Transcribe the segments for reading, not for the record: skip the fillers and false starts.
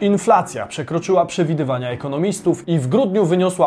Inflacja przekroczyła przewidywania ekonomistów i w grudniu wyniosła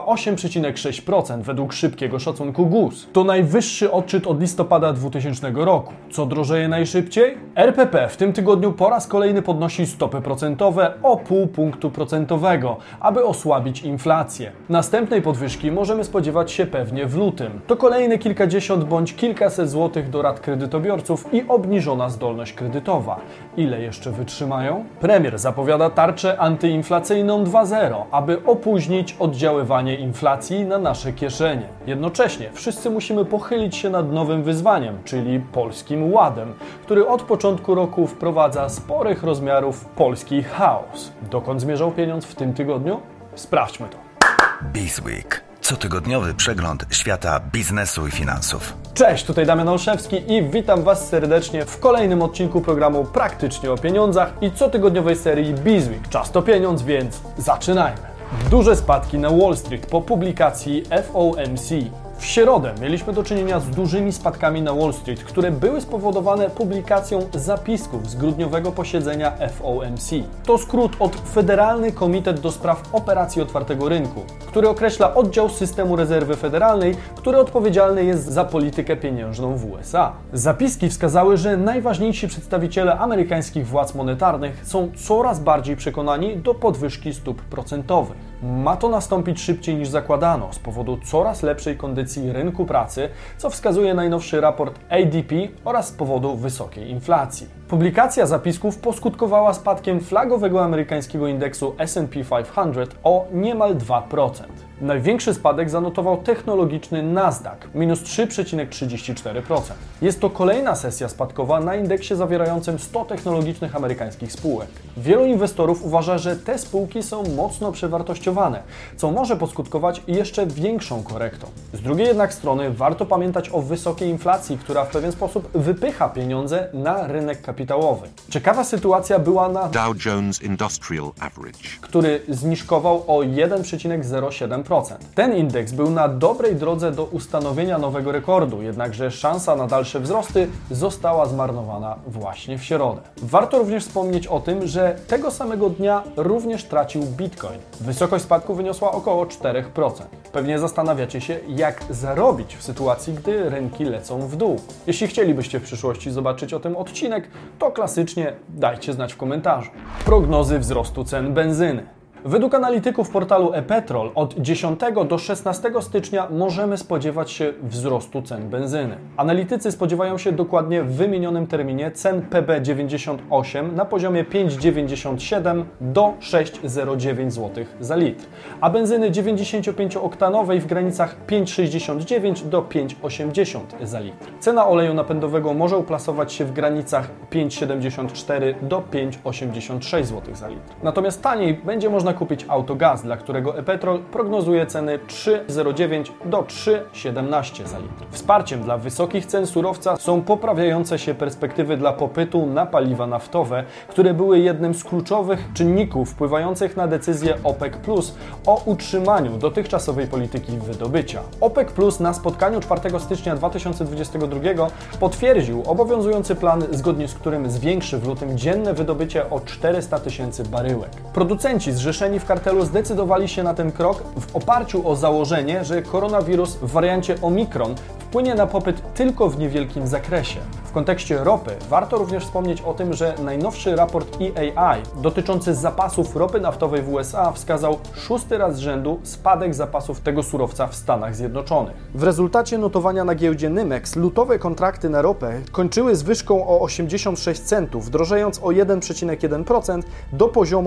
8,6% według szybkiego szacunku GUS. To najwyższy odczyt od listopada 2000 roku. Co drożeje najszybciej? RPP w tym tygodniu po raz kolejny podnosi stopy procentowe o 0,5 punktu procentowego, aby osłabić inflację. Następnej podwyżki możemy spodziewać się pewnie w lutym. To kolejne kilkadziesiąt bądź kilkaset złotych do rat kredytobiorców i obniżona zdolność kredytowa. Ile jeszcze wytrzymają? Premier zapowiada tarczę antyinflacyjną 2.0, aby opóźnić oddziaływanie inflacji na nasze kieszenie. Jednocześnie wszyscy musimy pochylić się nad nowym wyzwaniem, czyli Polskim Ładem, który od początku roku wprowadza sporych rozmiarów polski chaos. Dokąd zmierzał pieniądz w tym tygodniu? Sprawdźmy to. Bizweek. Cotygodniowy przegląd świata biznesu i finansów. Cześć, tutaj Damian Olszewski i witam Was serdecznie w kolejnym odcinku programu Praktycznie o pieniądzach i cotygodniowej serii Bizweek. Czas to pieniądz, więc zaczynajmy. Duże spadki na Wall Street po publikacji FOMC. W środę mieliśmy do czynienia z dużymi spadkami na Wall Street, które były spowodowane publikacją zapisków z grudniowego posiedzenia FOMC. To skrót od Federalny Komitet do Spraw Operacji Otwartego Rynku, który określa oddział systemu rezerwy federalnej, który odpowiedzialny jest za politykę pieniężną w USA. Zapiski wskazały, że najważniejsi przedstawiciele amerykańskich władz monetarnych są coraz bardziej przekonani do podwyżki stóp procentowych. Ma to nastąpić szybciej niż zakładano z powodu coraz lepszej kondycji rynku pracy, co wskazuje najnowszy raport ADP oraz z powodu wysokiej inflacji. Publikacja zapisków poskutkowała spadkiem flagowego amerykańskiego indeksu S&P 500 o niemal 2%. Największy spadek zanotował technologiczny Nasdaq, minus 3,34%. Jest to kolejna sesja spadkowa na indeksie zawierającym 100 technologicznych amerykańskich spółek. Wielu inwestorów uważa, że te spółki są mocno przewartościowane, co może poskutkować jeszcze większą korektą. Z drugiej jednak strony warto pamiętać o wysokiej inflacji, która w pewien sposób wypycha pieniądze na rynek kapitałowy. Ciekawa sytuacja była na Dow Jones Industrial Average, który zniżkował o 1,07%. Ten indeks był na dobrej drodze do ustanowienia nowego rekordu, jednakże szansa na dalsze wzrosty została zmarnowana właśnie w środę. Warto również wspomnieć o tym, że tego samego dnia również tracił Bitcoin. Wysokość spadku wyniosła około 4%. Pewnie zastanawiacie się, jak zarobić w sytuacji, gdy rynki lecą w dół. Jeśli chcielibyście w przyszłości zobaczyć o tym odcinek, to klasycznie dajcie znać w komentarzu. Prognozy wzrostu cen benzyny. Według analityków portalu ePetrol od 10 do 16 stycznia możemy spodziewać się wzrostu cen benzyny. Analitycy spodziewają się dokładnie w wymienionym terminie cen PB98 na poziomie 5,97 do 6,09 zł za litr, a benzyny 95-oktanowej w granicach 5,69 do 5,80 za litr. Cena oleju napędowego może uplasować się w granicach 5,74 do 5,86 zł za litr. Natomiast taniej będzie można kupić autogaz, dla którego ePetrol prognozuje ceny 3,09 do 3,17 za litr. Wsparciem dla wysokich cen surowca są poprawiające się perspektywy dla popytu na paliwa naftowe, które były jednym z kluczowych czynników wpływających na decyzję OPEC+ o utrzymaniu dotychczasowej polityki wydobycia. OPEC+ na spotkaniu 4 stycznia 2022 potwierdził obowiązujący plan, zgodnie z którym zwiększy w lutym dzienne wydobycie o 400 tysięcy baryłek. Producenci zrzeszeni w kartelu zdecydowali się na ten krok w oparciu o założenie, że koronawirus w wariancie Omikron wpłynie na popyt tylko w niewielkim zakresie. W kontekście ropy warto również wspomnieć o tym, że najnowszy raport EAI dotyczący zapasów ropy naftowej w USA wskazał 6. raz z rzędu spadek zapasów tego surowca w Stanach Zjednoczonych. W rezultacie notowania na giełdzie NYMEX lutowe kontrakty na ropę kończyły zwyżką o 86 centów, drożejąc o 1,1% do poziomu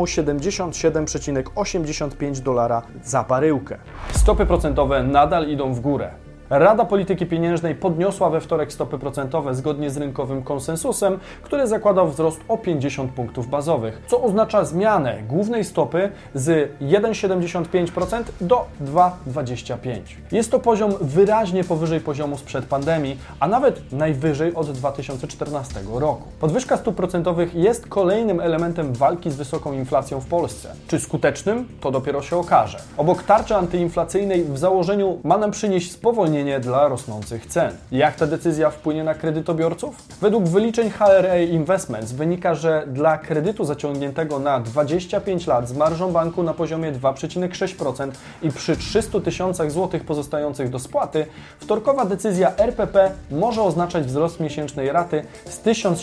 77,85 dolara za baryłkę. Stopy procentowe nadal idą w górę. Rada Polityki Pieniężnej podniosła we wtorek stopy procentowe zgodnie z rynkowym konsensusem, który zakładał wzrost o 50 punktów bazowych, co oznacza zmianę głównej stopy z 1,75% do 2,25%. Jest to poziom wyraźnie powyżej poziomu sprzed pandemii, a nawet najwyżej od 2014 roku. Podwyżka stóp procentowych jest kolejnym elementem walki z wysoką inflacją w Polsce. Czy skutecznym? To dopiero się okaże. Obok tarczy antyinflacyjnej w założeniu ma nam przynieść spowolnienie uzasadnienie dla rosnących cen. Jak ta decyzja wpłynie na kredytobiorców? Według wyliczeń HRA Investments wynika, że dla kredytu zaciągniętego na 25 lat z marżą banku na poziomie 2,6% i przy 300 tysiącach złotych pozostających do spłaty, wtorkowa decyzja RPP może oznaczać wzrost miesięcznej raty z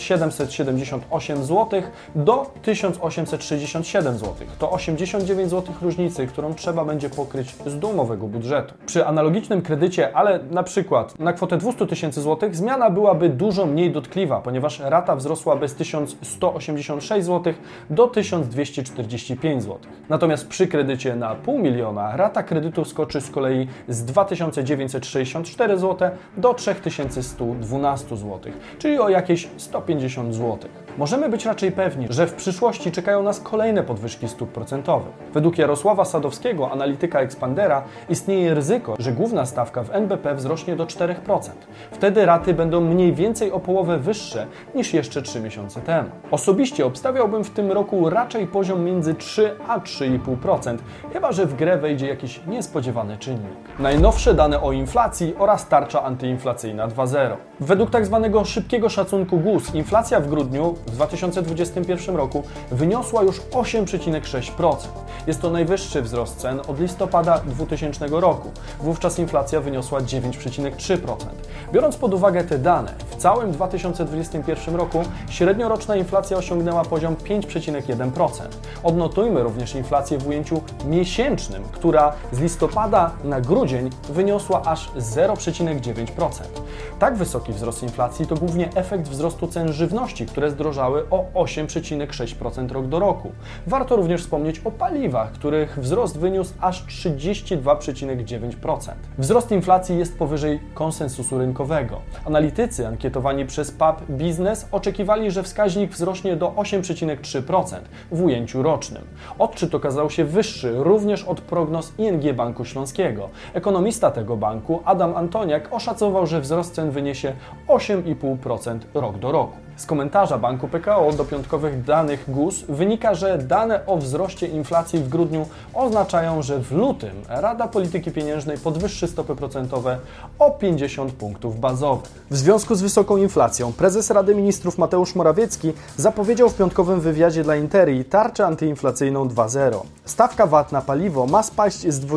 1778 zł do 1867 zł. To 89 zł różnicy, którą trzeba będzie pokryć z domowego budżetu. Przy analogicznym kredycie, ale na przykład na kwotę 200 tysięcy złotych, zmiana byłaby dużo mniej dotkliwa, ponieważ rata wzrosłaby z 1186 zł do 1245 zł. Natomiast przy kredycie na $500 000 rata kredytu skoczy z kolei z 2964 zł do 3112 zł, czyli o jakieś 150 zł. Możemy być raczej pewni, że w przyszłości czekają nas kolejne podwyżki stóp procentowych. Według Jarosława Sadowskiego, analityka Expandera, istnieje ryzyko, że główna stawka w NBP wzrośnie do 4%. Wtedy raty będą mniej więcej o połowę wyższe niż jeszcze 3 miesiące temu. Osobiście obstawiałbym w tym roku raczej poziom między 3 a 3,5%, chyba że w grę wejdzie jakiś niespodziewany czynnik. Najnowsze dane o inflacji oraz tarcza antyinflacyjna 2.0. Według tzw. szybkiego szacunku GUS inflacja w grudniu w 2021 roku wyniosła już 8,6%. Jest to najwyższy wzrost cen od listopada 2000 roku. Wówczas inflacja wyniosła 9,3%. Biorąc pod uwagę te dane, w całym 2021 roku średnioroczna inflacja osiągnęła poziom 5,1%. Odnotujmy również inflację w ujęciu miesięcznym, która z listopada na grudzień wyniosła aż 0,9%. Tak wysoki wzrost inflacji to głównie efekt wzrostu cen żywności, które zdrożały o 8,6% rok do roku. Warto również wspomnieć o paliwach, których wzrost wyniósł aż 32,9%. Wzrost inflacji jest powyżej konsensusu rynkowego. Analitycy ankietowani przez PAP Biznes oczekiwali, że wskaźnik wzrośnie do 8,3% w ujęciu rocznym. Odczyt okazał się wyższy również od prognoz ING Banku Śląskiego. Ekonomista tego banku, Adam Antoniak, oszacował, że wzrost cen wyniesie 8,5% rok do roku. Z komentarza Banku PKO do piątkowych danych GUS wynika, że dane o wzroście inflacji w grudniu oznaczają, że w lutym Rada Polityki Pieniężnej podwyższy stopy procentowe o 50 punktów bazowych. W związku z wysoką inflacją prezes Rady Ministrów Mateusz Morawiecki zapowiedział w piątkowym wywiadzie dla Interii tarczę antyinflacyjną 2.0. Stawka VAT na paliwo ma spaść z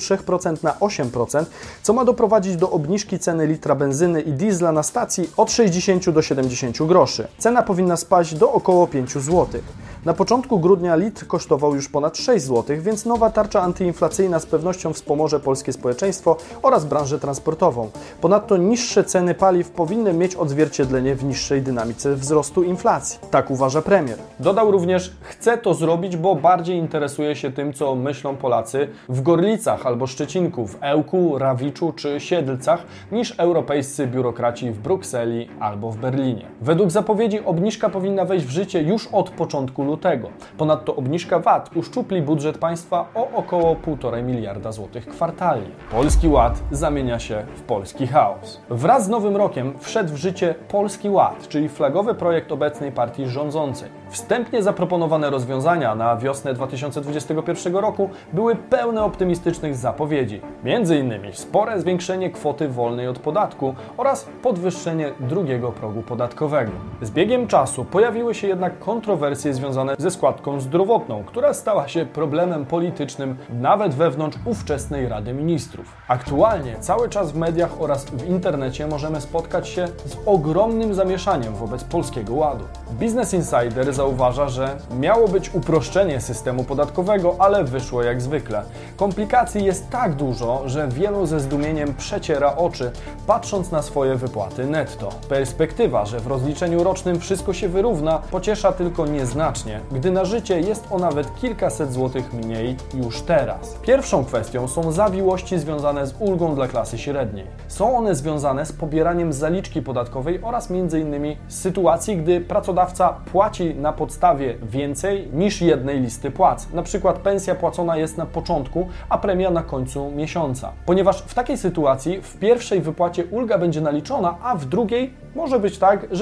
23% na 8%, co ma doprowadzić do obniżki ceny litra benzyny i diesla na stacji od 60 do 70 groszy. Cena powinna spaść do około 5 zł. Na początku grudnia litr kosztował już ponad 6 zł, więc nowa tarcza antyinflacyjna z pewnością wspomoże polskie społeczeństwo oraz branżę transportową. Ponadto niższe ceny paliw powinny mieć odzwierciedlenie w niższej dynamice wzrostu inflacji. Tak uważa premier. Dodał również, chce to zrobić, bo bardziej interesuje się tym, co myślą Polacy w Gorlicach albo Szczecinku, w Ełku, Rawiczu czy Siedlcach, niż europejscy biurokraci w Brukseli albo w Berlinie. Według zapowiedzi obniżka powinna wejść w życie już od początku lutego. Ponadto obniżka VAT uszczupli budżet państwa o około 1,5 miliarda złotych kwartalnie. Polski Ład zamienia się w polski chaos. Wraz z Nowym Rokiem wszedł w życie Polski Ład, czyli flagowy projekt obecnej partii rządzącej. Wstępnie zaproponowane rozwiązania na wiosnę 2021 roku były pełne optymistycznych zapowiedzi. Między innymi spore zwiększenie kwoty wolnej od podatku oraz podwyższenie drugiego progu podatkowego. Z biegiem czasu pojawiły się jednak kontrowersje związane ze składką zdrowotną, która stała się problemem politycznym nawet wewnątrz ówczesnej Rady Ministrów. Aktualnie cały czas w mediach oraz w internecie możemy spotkać się z ogromnym zamieszaniem wobec Polskiego Ładu. Business Insider zauważa, że miało być uproszczenie systemu podatkowego, ale wyszło jak zwykle. Komplikacji jest tak dużo, że wielu ze zdumieniem przeciera oczy, patrząc na swoje wypłaty netto. Perspektywa, że w rozliczeniu rocznym wszystko się wyrówna, pociesza tylko nieznacznie, gdy na życie jest o nawet kilkaset złotych mniej już teraz. Pierwszą kwestią są zawiłości związane z ulgą dla klasy średniej. Są one związane z pobieraniem zaliczki podatkowej oraz m.in. z sytuacji, gdy pracodawca płaci na podstawie więcej niż jednej listy płac. Na przykład pensja płacona jest na początku, a premia na końcu miesiąca. Ponieważ w takiej sytuacji w pierwszej wypłacie ulga będzie naliczona, a w drugiej może być tak, że trzeba będzie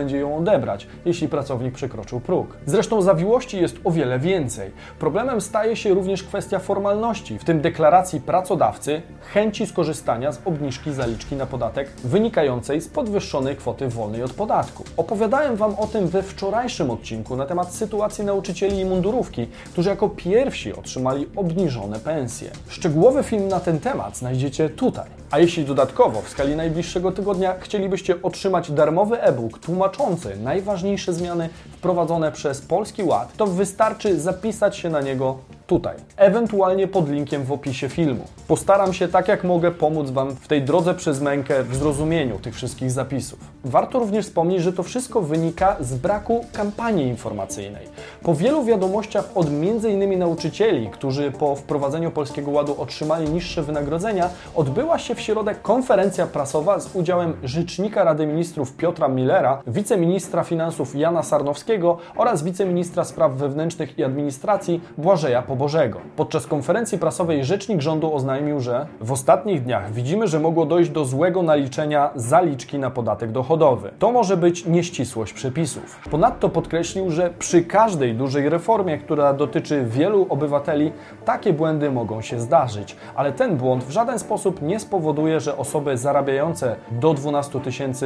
będzie ją odebrać, jeśli pracownik przekroczył próg. Zresztą zawiłości jest o wiele więcej. Problemem staje się również kwestia formalności, w tym deklaracji pracodawcy chęci skorzystania z obniżki zaliczki na podatek wynikającej z podwyższonej kwoty wolnej od podatku. Opowiadałem Wam o tym we wczorajszym odcinku na temat sytuacji nauczycieli i mundurówki, którzy jako pierwsi otrzymali obniżone pensje. Szczegółowy film na ten temat znajdziecie tutaj. A jeśli dodatkowo w skali najbliższego tygodnia chcielibyście otrzymać darmowy e-book tłumaczący najważniejsze zmiany wprowadzone przez Polski Ład, to wystarczy zapisać się na niego tutaj, ewentualnie pod linkiem w opisie filmu. Postaram się tak jak mogę pomóc Wam w tej drodze przez mękę w zrozumieniu tych wszystkich zapisów. Warto również wspomnieć, że to wszystko wynika z braku kampanii informacyjnej. Po wielu wiadomościach od m.in. nauczycieli, którzy po wprowadzeniu Polskiego Ładu otrzymali niższe wynagrodzenia, odbyła się w środę konferencja prasowa z udziałem rzecznika Rady Ministrów Piotra Millera, wiceministra finansów Jana Sarnowskiego oraz wiceministra spraw wewnętrznych i administracji Błażeja Pobożego. Podczas konferencji prasowej rzecznik rządu oznajmił, że w ostatnich dniach widzimy, że mogło dojść do złego naliczenia zaliczki na podatek dochodowy. To może być nieścisłość przepisów. Ponadto podkreślił, że przy każdej dużej reformie, która dotyczy wielu obywateli, takie błędy mogą się zdarzyć, ale ten błąd w żaden sposób nie spowoduje, że osoby zarabiające do 12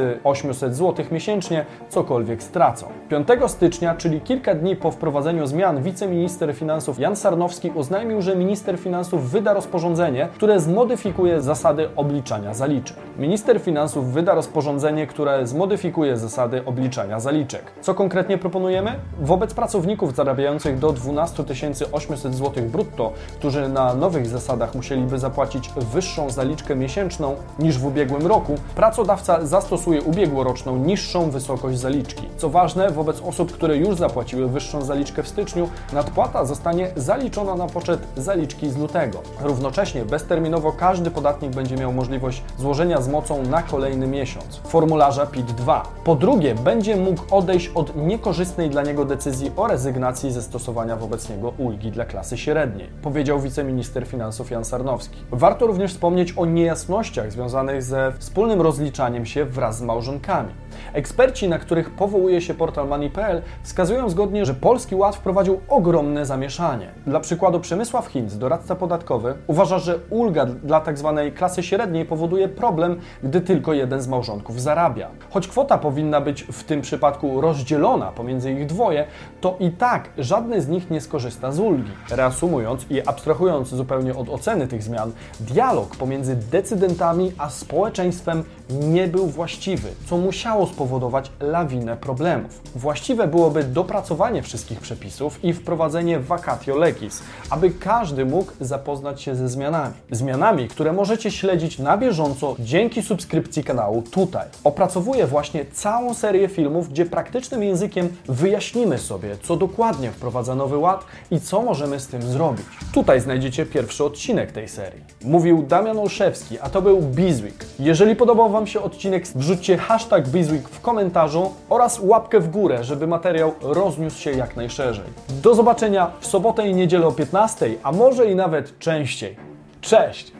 800 zł miesięcznie cokolwiek stracą. 5 stycznia, czyli kilka dni po wprowadzeniu zmian, wiceminister finansów Jan Sarnowski oznajmił, że minister finansów wyda rozporządzenie, które zmodyfikuje zasady obliczania zaliczek. Minister finansów wyda rozporządzenie, które zmodyfikuje zasady obliczania zaliczek. Co konkretnie proponujemy? Wobec pracowników zarabiających do 12 800 zł brutto, którzy na nowych zasadach musieliby zapłacić wyższą zaliczkę miesięczną niż w ubiegłym roku, pracodawca zastosuje ubiegłoroczną niższą wysokość zaliczki. Co ważne, wobec osób, które już zapłaciły wyższą zaliczkę w styczniu, nadpłata zostanie zaliczona na poczet zaliczki z lutego. Równocześnie bezterminowo każdy podatnik będzie miał możliwość złożenia z mocą na kolejny miesiąc formularza PIT-2. Po drugie, będzie mógł odejść od niekorzystnej dla niego decyzji o rezygnacji ze stosowania wobec niego ulgi dla klasy średniej, powiedział wiceminister finansów Jan Sarnowski. Warto również wspomnieć o niejasnościach związanych ze wspólnym rozliczaniem się wraz z małżonkami. Eksperci, na których powołuje się portal Money.pl, wskazują zgodnie, że Polski Ład wprowadził ogromne zamieszanie. Dla przykładu Przemysław Hinz, doradca podatkowy, uważa, że ulga dla tzw. klasy średniej powoduje problem, gdy tylko jeden z małżonków zarabia. Choć kwota powinna być w tym przypadku rozdzielona pomiędzy ich dwoje, to i tak żadny z nich nie skorzysta z ulgi. Reasumując i abstrahując zupełnie od oceny tych zmian, dialog pomiędzy decydentami a społeczeństwem nie był właściwy, co musiało spowodować lawinę problemów. Właściwe byłoby dopracowanie wszystkich przepisów i wprowadzenie vacatio legis, aby każdy mógł zapoznać się ze zmianami. Zmianami, które możecie śledzić na bieżąco dzięki subskrypcji kanału tutaj. Opracowuję właśnie całą serię filmów, gdzie praktycznym językiem wyjaśnimy sobie, co dokładnie wprowadza Nowy Ład i co możemy z tym zrobić. Tutaj znajdziecie pierwszy odcinek tej serii. Mówił Damian Olszewski, a to był Bizweek. Jeżeli podobał Wam się odcinek, wrzućcie #Bizweek w komentarzu oraz łapkę w górę, żeby materiał rozniósł się jak najszerzej. Do zobaczenia w sobotę i niedzielę o 15, a może i nawet częściej. Cześć!